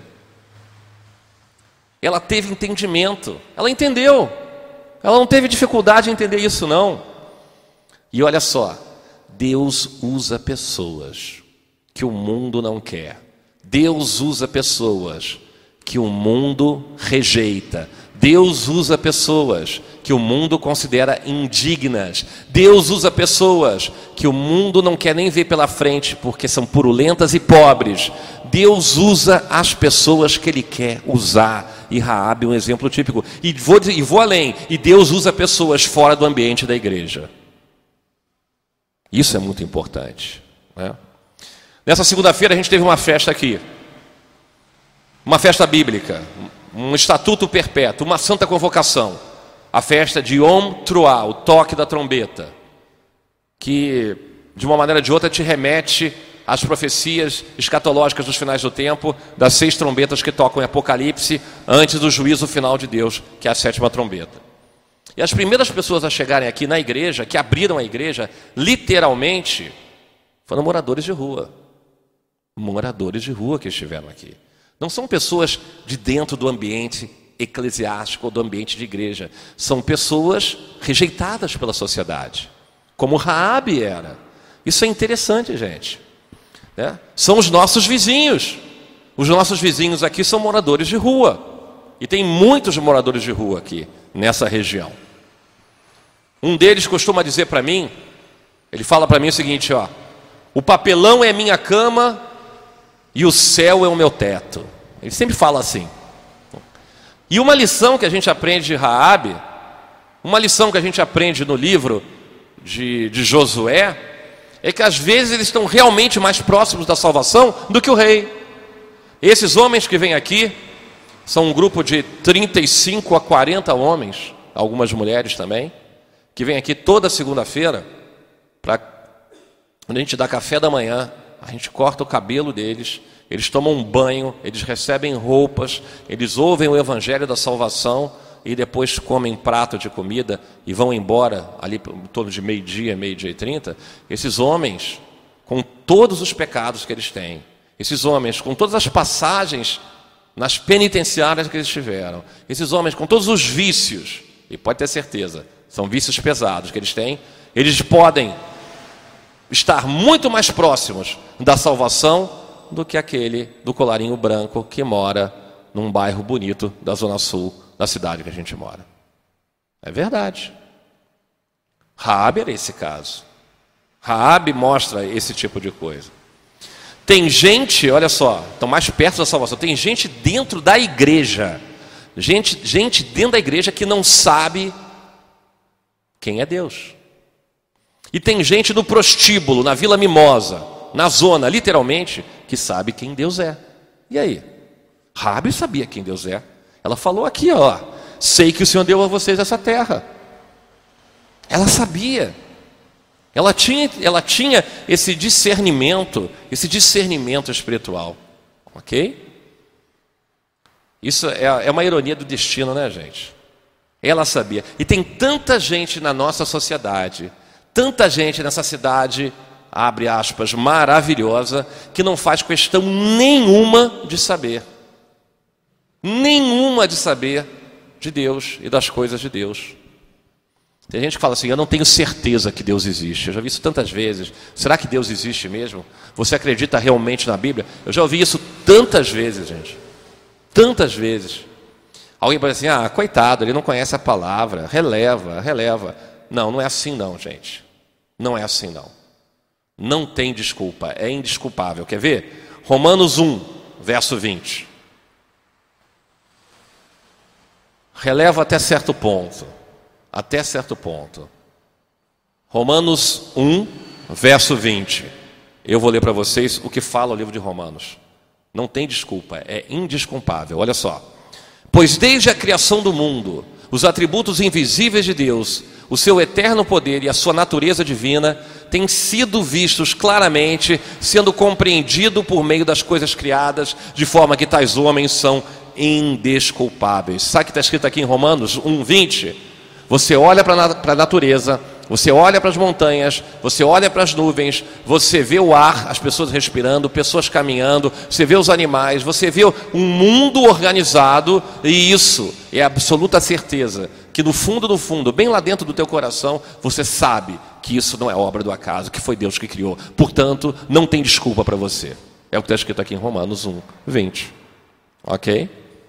Ela teve entendimento, ela entendeu, ela não teve dificuldade em entender isso não. E olha só, Deus usa pessoas que o mundo não quer, Deus usa pessoas que o mundo rejeita, Deus usa pessoas que o mundo considera indignas, Deus usa pessoas que o mundo não quer nem ver pela frente porque são purulentas e pobres. Deus usa as pessoas que Ele quer usar. E Raabe é um exemplo típico. E vou, e vou além, e Deus usa pessoas fora do ambiente da igreja. Isso é muito importante, né? Nessa segunda-feira a gente teve uma festa aqui, uma festa bíblica, um estatuto perpétuo, uma santa convocação, a festa de Yom Teruah, o toque da trombeta, que de uma maneira ou de outra te remete às profecias escatológicas dos finais do tempo, das seis trombetas que tocam em Apocalipse antes do juízo final de Deus, que é a sétima trombeta. E as primeiras pessoas a chegarem aqui na igreja, que abriram a igreja, literalmente, foram moradores de rua. Moradores de rua que estiveram aqui. Não são pessoas de dentro do ambiente eclesiástico ou do ambiente de igreja. São pessoas rejeitadas pela sociedade, como Raabe era. Isso é interessante, gente, né? São os nossos vizinhos. Os nossos vizinhos aqui são moradores de rua. E tem muitos moradores de rua aqui, nessa região. Um deles costuma dizer para mim, ele fala para mim o seguinte, ó: o papelão é minha cama e o céu é o meu teto. Ele sempre fala assim. E uma lição que a gente aprende de Raabe, uma lição que a gente aprende no livro de, de Josué, é que às vezes eles estão realmente mais próximos da salvação do que o rei. Esses homens que vêm aqui são um grupo de trinta e cinco a quarenta homens, algumas mulheres também, que vêm aqui toda segunda-feira para, quando a gente dá café da manhã, a gente corta o cabelo deles, eles tomam um banho, eles recebem roupas, eles ouvem o evangelho da salvação e depois comem prato de comida e vão embora ali em torno de meio-dia, meio-dia e trinta. Esses homens, com todos os pecados que eles têm, esses homens com todas as passagens nas penitenciárias que eles tiveram, esses homens com todos os vícios, e pode ter certeza, são vícios pesados que eles têm, eles podem estar muito mais próximos da salvação do que aquele do colarinho branco que mora num bairro bonito da Zona Sul da cidade que a gente mora. É verdade. Raabe era esse caso. Raabe mostra esse tipo de coisa. Tem gente, olha só, estão mais perto da salvação, tem gente dentro da igreja, gente, gente dentro da igreja que não sabe quem é Deus. E tem gente no prostíbulo, na Vila Mimosa, na zona, literalmente, que sabe quem Deus é. E aí? Raabe sabia quem Deus é. Ela falou aqui, ó: sei que o Senhor deu a vocês essa terra. Ela sabia. Ela tinha, ela tinha esse discernimento, esse discernimento espiritual. Ok? Isso é, é uma ironia do destino, né, gente? Ela sabia. E tem tanta gente na nossa sociedade, tanta gente nessa cidade, abre aspas, maravilhosa, que não faz questão nenhuma de saber. Nenhuma de saber de Deus e das coisas de Deus. Tem gente que fala assim, eu não tenho certeza que Deus existe. Eu já vi isso tantas vezes. Será que Deus existe mesmo? Você acredita realmente na Bíblia? Eu já ouvi isso tantas vezes, gente. Tantas vezes. Alguém pode dizer assim, ah, coitado, ele não conhece a palavra. Releva, releva. Não, não é assim não, gente. Não é assim não. Não tem desculpa, é indesculpável. Quer ver? Romanos um, verso vinte. Releva até certo ponto. Até certo ponto. Romanos um, verso vinte. Eu vou ler para vocês o que fala o livro de Romanos. Não tem desculpa, é indesculpável. Olha só. Pois desde a criação do mundo, os atributos invisíveis de Deus, o seu eterno poder e a sua natureza divina têm sido vistos claramente, sendo compreendido por meio das coisas criadas, de forma que tais homens são indesculpáveis. Sabe o que está escrito aqui em Romanos um, vinte? Você olha para a natureza, você olha para as montanhas, você olha para as nuvens, você vê o ar, as pessoas respirando, pessoas caminhando, você vê os animais, você vê um mundo organizado, e isso é absoluta certeza, que no fundo, no fundo, bem lá dentro do teu coração, você sabe que isso não é obra do acaso, que foi Deus que criou. Portanto, não tem desculpa para você. É o que está escrito aqui em Romanos um, vinte. Ok?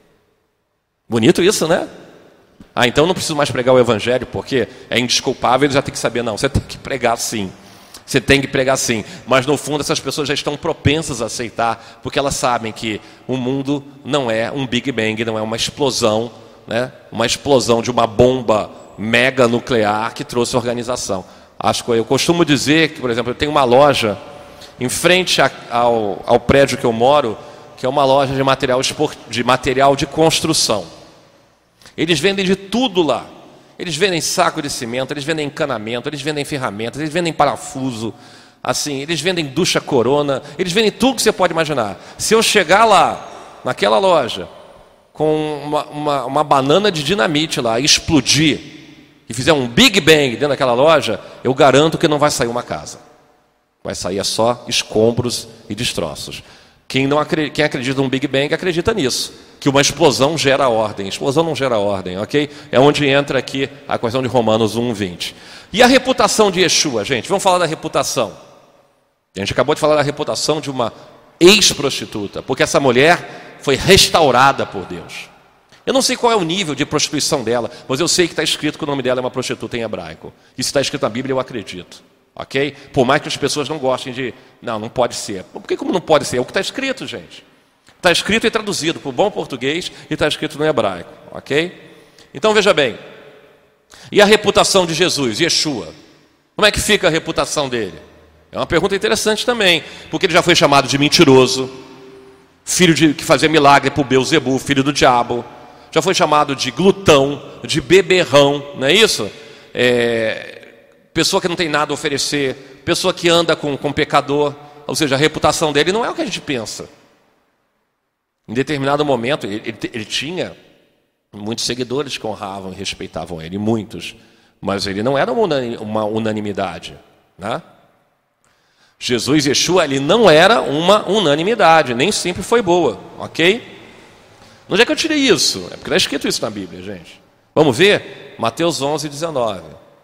Bonito isso, né? Ah, então não preciso mais pregar o evangelho, porque é indesculpável, ele já tem que saber. Não, você tem que pregar sim. Você tem que pregar sim. Mas no fundo essas pessoas já estão propensas a aceitar, porque elas sabem que o mundo não é um Big Bang, não é uma explosão, né? Uma explosão de uma bomba mega nuclear que trouxe organização. Acho que eu costumo dizer que, por exemplo, eu tenho uma loja em frente a, ao, ao prédio que eu moro, que é uma loja de material, esport... de material de construção. Eles vendem de tudo lá. Eles vendem saco de cimento, eles vendem encanamento, eles vendem ferramentas, eles vendem parafuso, assim, eles vendem ducha Corona, eles vendem tudo que você pode imaginar. Se eu chegar lá, naquela loja, com uma, uma, uma banana de dinamite lá, e explodir, e fizer um Big Bang dentro daquela loja, eu garanto que não vai sair uma casa. Vai sair só escombros e destroços. Quem, não acredita, quem acredita num Big Bang acredita nisso, que uma explosão gera ordem. Explosão não gera ordem, ok? É onde entra aqui a questão de Romanos um, vinte. E a reputação de Yeshua, gente? Vamos falar da reputação. A gente acabou de falar da reputação de uma ex-prostituta, porque essa mulher foi restaurada por Deus. Eu não sei qual é o nível de prostituição dela, mas eu sei que está escrito que o nome dela é uma prostituta em hebraico. Isso está escrito na Bíblia, eu acredito. Ok? Por mais que as pessoas não gostem de... Não, não pode ser. Por que como não pode ser? É o que está escrito, gente. Está escrito e traduzido para o bom português e está escrito no hebraico. Ok? Então veja bem. E a reputação de Jesus, Yeshua? Como é que fica a reputação dele? É uma pergunta interessante também. Porque ele já foi chamado de mentiroso, filho de, que fazia milagre para o Beuzebu, filho do diabo. Já foi chamado de glutão, de beberrão, não é isso? É... Pessoa que não tem nada a oferecer, pessoa que anda com, com pecador, ou seja, a reputação dele não é o que a gente pensa. Em determinado momento, ele, ele, ele tinha muitos seguidores que honravam e respeitavam ele, muitos, mas ele não era uma unanimidade, né? Jesus, Yeshua, ele não era uma unanimidade, nem sempre foi boa, ok? Onde é que eu tirei isso? É porque está escrito isso na Bíblia, gente. Vamos ver? Mateus onze, dezenove.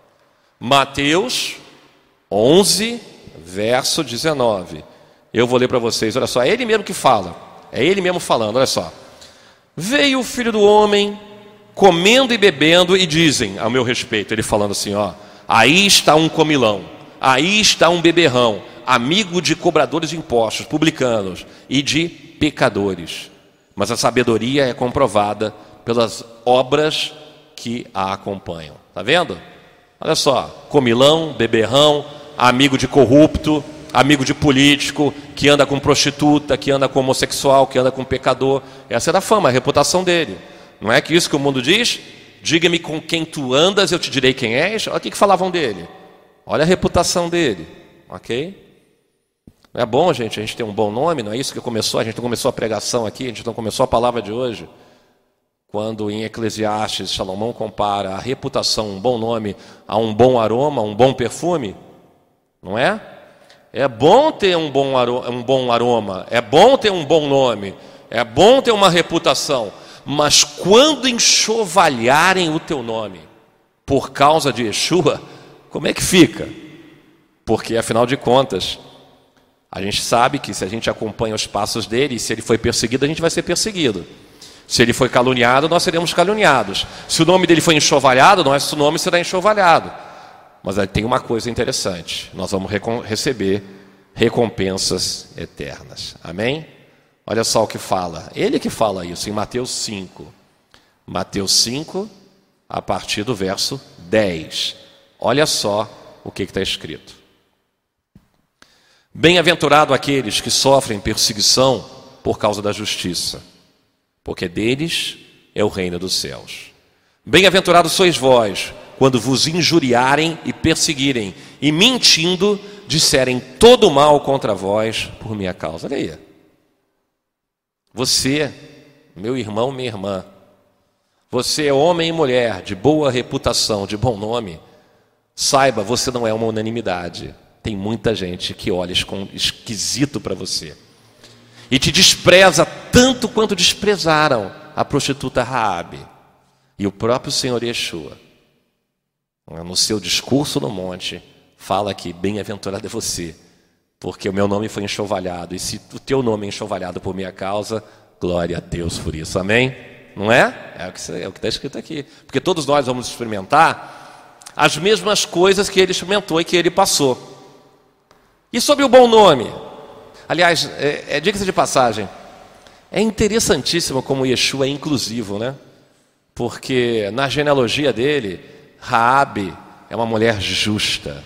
Mateus onze, verso dezenove. Eu vou ler para vocês, olha só, é ele mesmo que fala. É ele mesmo falando, olha só. Veio o Filho do Homem comendo e bebendo e dizem, ao meu respeito, ele falando assim, ó, aí está um comilão, aí está um beberrão, amigo de cobradores de impostos, publicanos e de pecadores. Mas a sabedoria é comprovada pelas obras que a acompanham. Está vendo? Olha só, comilão, beberrão, amigo de corrupto, amigo de político, que anda com prostituta, que anda com homossexual, que anda com pecador. Essa era a fama, a reputação dele. Não é que isso que o mundo diz? Diga-me com quem tu andas, eu te direi quem és. Olha o que, que falavam dele. Olha a reputação dele. Ok? Não é bom, gente, a gente ter um bom nome? Não é isso que começou? A gente não começou a pregação aqui, a gente não começou a palavra de hoje. quando em Eclesiastes Salomão compara a reputação, um bom nome, a um bom aroma, um bom perfume, não é? É bom ter um bom aroma, um bom aroma, é bom ter um bom nome, é bom ter uma reputação, mas quando enxovalharem o teu nome por causa de Yeshua, como é que fica? Porque afinal de contas, a gente sabe que se a gente acompanha os passos dele, se ele foi perseguido, a gente vai ser perseguido. Se ele foi caluniado, nós seremos caluniados. Se o nome dele foi enxovalhado, nosso nome será enxovalhado. Mas aí tem uma coisa interessante, nós vamos receber recompensas eternas. Amém? Olha só o que fala, ele que fala isso em Mateus cinco. Mateus cinco, a partir do verso dez. Olha só o que está escrito. Bem-aventurado aqueles que sofrem perseguição por causa da justiça, porque deles é o reino dos céus. Bem-aventurados sois vós, quando vos injuriarem e perseguirem, e mentindo, disserem todo mal contra vós por minha causa. Olha aí. Você, meu irmão, minha irmã, você é homem e mulher de boa reputação, de bom nome, saiba, você não é uma unanimidade. Tem muita gente que olha esquisito para você e te despreza tanto quanto desprezaram a prostituta Raabe e o próprio Senhor Yeshua. No seu discurso no monte, fala que bem-aventurado é você, porque o meu nome foi enxovalhado, e se o teu nome é enxovalhado por minha causa, glória a Deus por isso, amém? Não é? É o que é o que está escrito aqui, porque todos nós vamos experimentar as mesmas coisas que ele experimentou e que ele passou. E sobre o bom nome? Aliás, é, é diga-se de passagem, é interessantíssimo como Yeshua é inclusivo, né? Porque na genealogia dele, Raabe é uma mulher justa,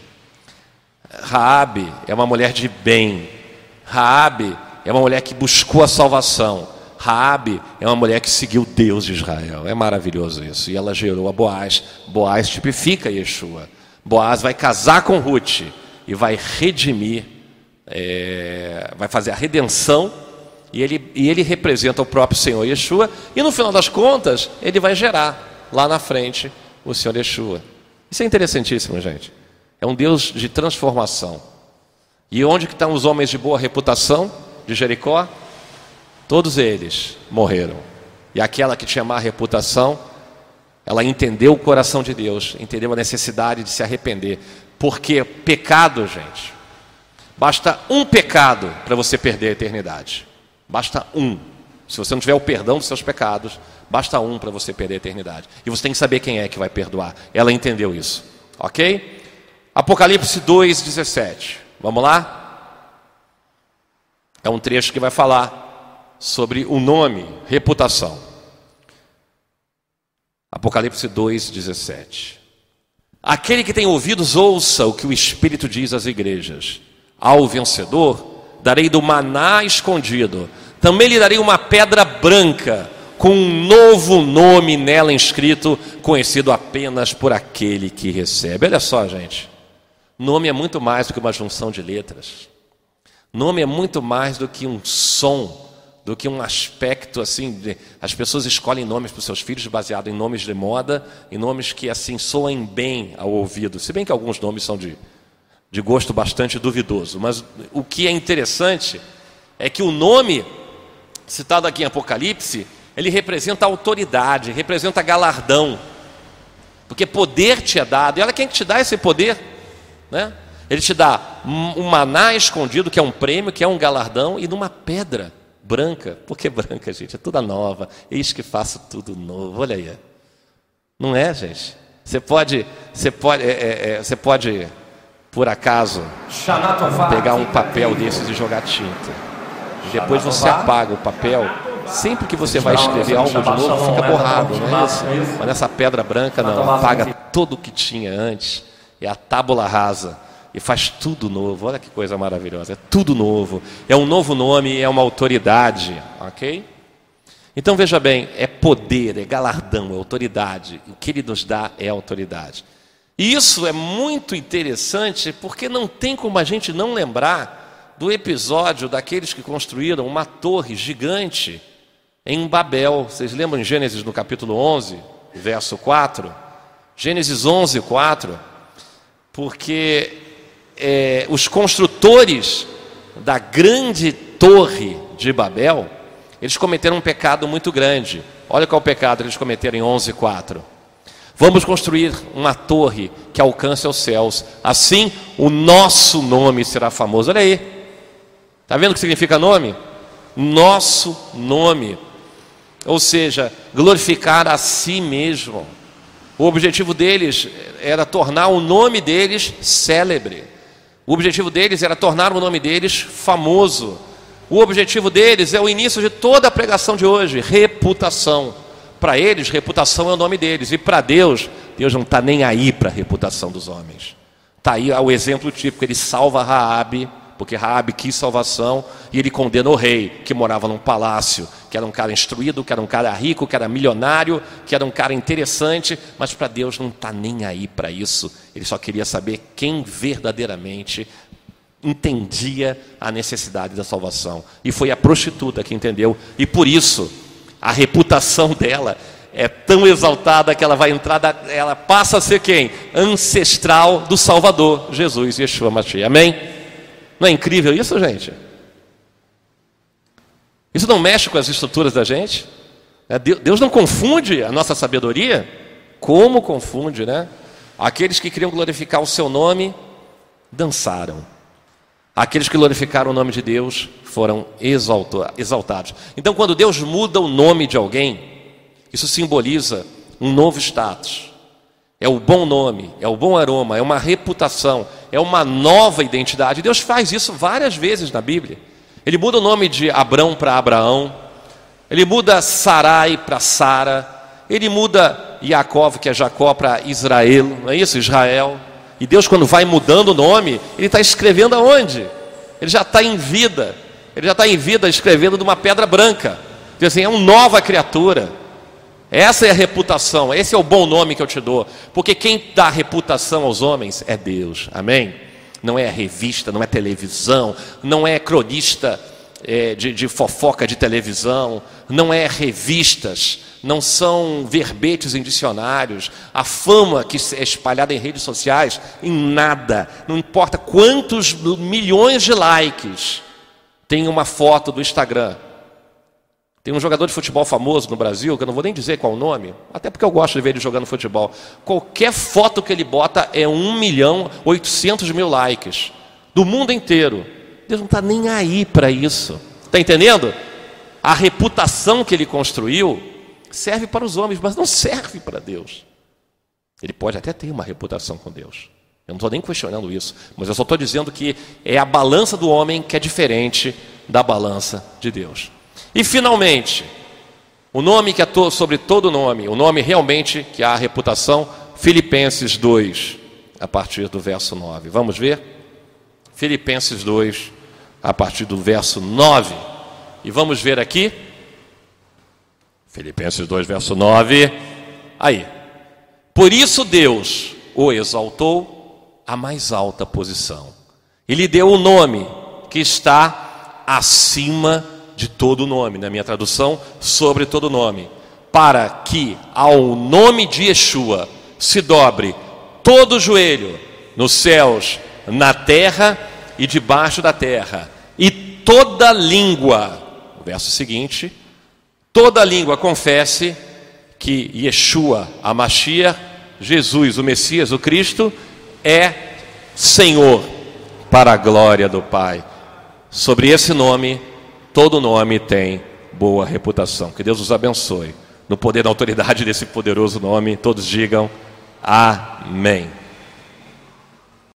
Raabe é uma mulher de bem, Raabe é uma mulher que buscou a salvação, Raabe é uma mulher que seguiu Deus de Israel. É maravilhoso isso. E ela gerou a Boaz. Boaz tipifica Yeshua. Boaz vai casar com Ruth e vai redimir, é, vai fazer a redenção, e ele, e ele representa o próprio Senhor Yeshua, e no final das contas, ele vai gerar lá na frente o Senhor Yeshua. Isso é interessantíssimo, gente. É um Deus de transformação. E onde que estão os homens de boa reputação de Jericó? Todos eles morreram. E aquela que tinha má reputação, ela entendeu o coração de Deus, entendeu a necessidade de se arrepender. Porque pecado, gente, basta um pecado para você perder a eternidade. Basta um. Se você não tiver o perdão dos seus pecados, basta um para você perder a eternidade. E você tem que saber quem é que vai perdoar. Ela entendeu isso. Ok? Apocalipse dois, dezessete. Vamos lá? É um trecho que vai falar sobre o nome, reputação. Apocalipse dois, dezessete. Aquele que tem ouvidos, ouça o que o Espírito diz às igrejas. Ao vencedor, darei do maná escondido. Também lhe darei uma pedra branca, com um novo nome nela inscrito, conhecido apenas por aquele que recebe. Olha só, gente. Nome é muito mais do que uma junção de letras. Nome é muito mais do que um som, do que um aspecto assim. De, as pessoas escolhem nomes para os seus filhos baseado em nomes de moda, em nomes que assim soem bem ao ouvido. Se bem que alguns nomes são de, de gosto bastante duvidoso. Mas o que é interessante é que o nome citado aqui em Apocalipse, ele representa autoridade, representa galardão. Porque poder te é dado. E olha quem que te dá esse poder, né? Ele te dá um maná escondido, que é um prêmio, que é um galardão, e numa pedra branca. Por que branca, gente? É toda nova. Eis que faço tudo novo. Olha aí. Não é, gente? Você pode, você pode, é, é, é, você pode, por acaso, pegar um papel desses e jogar tinta. E depois você apaga o papel. Sempre que você vai escrever algo de novo, fica borrado, não é isso? Mas nessa pedra branca não, apaga tudo o que tinha antes. É a tábula rasa. E faz tudo novo. Olha que coisa maravilhosa. É tudo novo. É um novo nome, é uma autoridade. Ok? Então veja bem, é poder, é galardão, é autoridade. O que ele nos dá é autoridade. E isso é muito interessante, porque não tem como a gente não lembrar do episódio daqueles que construíram uma torre gigante em Babel. Vocês lembram em Gênesis no capítulo onze, verso quatro? Gênesis onze, quatro. Porque é, os construtores da grande torre de Babel, eles cometeram um pecado muito grande. Olha qual é o pecado que eles cometeram em onze, quatro. Vamos construir uma torre que alcance aos céus, assim o nosso nome será famoso. Olha aí, está vendo o que significa nome? Nosso nome, ou seja, glorificar a si mesmo. O objetivo deles era tornar o nome deles célebre. O objetivo deles era tornar o nome deles famoso. O objetivo deles é o início de toda a pregação de hoje, reputação. Para eles, reputação é o nome deles. E para Deus, Deus não está nem aí para a reputação dos homens. Está aí o exemplo típico, ele salva Raabe, porque Raabe quis salvação, e ele condena o rei, que morava num palácio, que era um cara instruído, que era um cara rico, que era milionário, que era um cara interessante, mas para Deus não está nem aí para isso. Ele só queria saber quem verdadeiramente entendia a necessidade da salvação. E foi a prostituta que entendeu, e por isso a reputação dela é tão exaltada que ela vai entrar, da, ela passa a ser quem? Ancestral do Salvador, Jesus, Yeshua Mashiach. Amém? Não é incrível isso, gente? Isso não mexe com as estruturas da gente? Deus não confunde a nossa sabedoria? Como confunde, né? Aqueles que queriam glorificar o seu nome, dançaram. Aqueles que glorificaram o nome de Deus foram exaltados. Então, quando Deus muda o nome de alguém, isso simboliza um novo status. É o bom nome, é o bom aroma, é uma reputação, é uma nova identidade. Deus faz isso várias vezes na Bíblia. Ele muda o nome de Abrão para Abraão, ele muda Sarai para Sara, ele muda Jacob, que é Jacó, para Israel, não é isso? Israel. E Deus, quando vai mudando o nome, Ele está escrevendo aonde? Ele já está em vida, Ele já está em vida escrevendo de uma pedra branca. Diz assim, é uma nova criatura. Essa é a reputação, esse é o bom nome que eu te dou. Porque quem dá reputação aos homens é Deus, amém? Não é revista, não é televisão, não é cronista é, de, de fofoca de televisão, não é revistas, não são verbetes em dicionários, a fama que é espalhada em redes sociais, em nada. Não importa quantos milhões de likes tem uma foto do Instagram. Tem um jogador de futebol famoso no Brasil, que eu não vou nem dizer qual o nome, até porque eu gosto de ver ele jogando futebol. Qualquer foto que ele bota é um milhão, oitocentos mil likes, do mundo inteiro. Deus não está nem aí para isso. Está entendendo? A reputação que ele construiu serve para os homens, mas não serve para Deus. Ele pode até ter uma reputação com Deus. Eu não estou nem questionando isso, mas eu só estou dizendo que é a balança do homem que é diferente da balança de Deus. E finalmente, o nome que é sobre todo nome, o nome realmente que há a reputação, Filipenses dois, a partir do verso nove. Vamos ver? Filipenses dois, a partir do verso nove. E vamos ver aqui, Filipenses dois, verso nove. Aí. Por isso Deus o exaltou à mais alta posição. E lhe deu o nome que está acima de todo nome, na minha tradução, sobre todo nome, para que ao nome de Yeshua se dobre todo o joelho, nos céus, na terra e debaixo da terra, e toda língua, o verso seguinte, toda língua confesse que Yeshua, a Mashiach, Jesus, o Messias, o Cristo, é Senhor, para a glória do Pai. Sobre esse nome, todo nome tem boa reputação. Que Deus os abençoe. No poder e na autoridade desse poderoso nome, todos digam amém.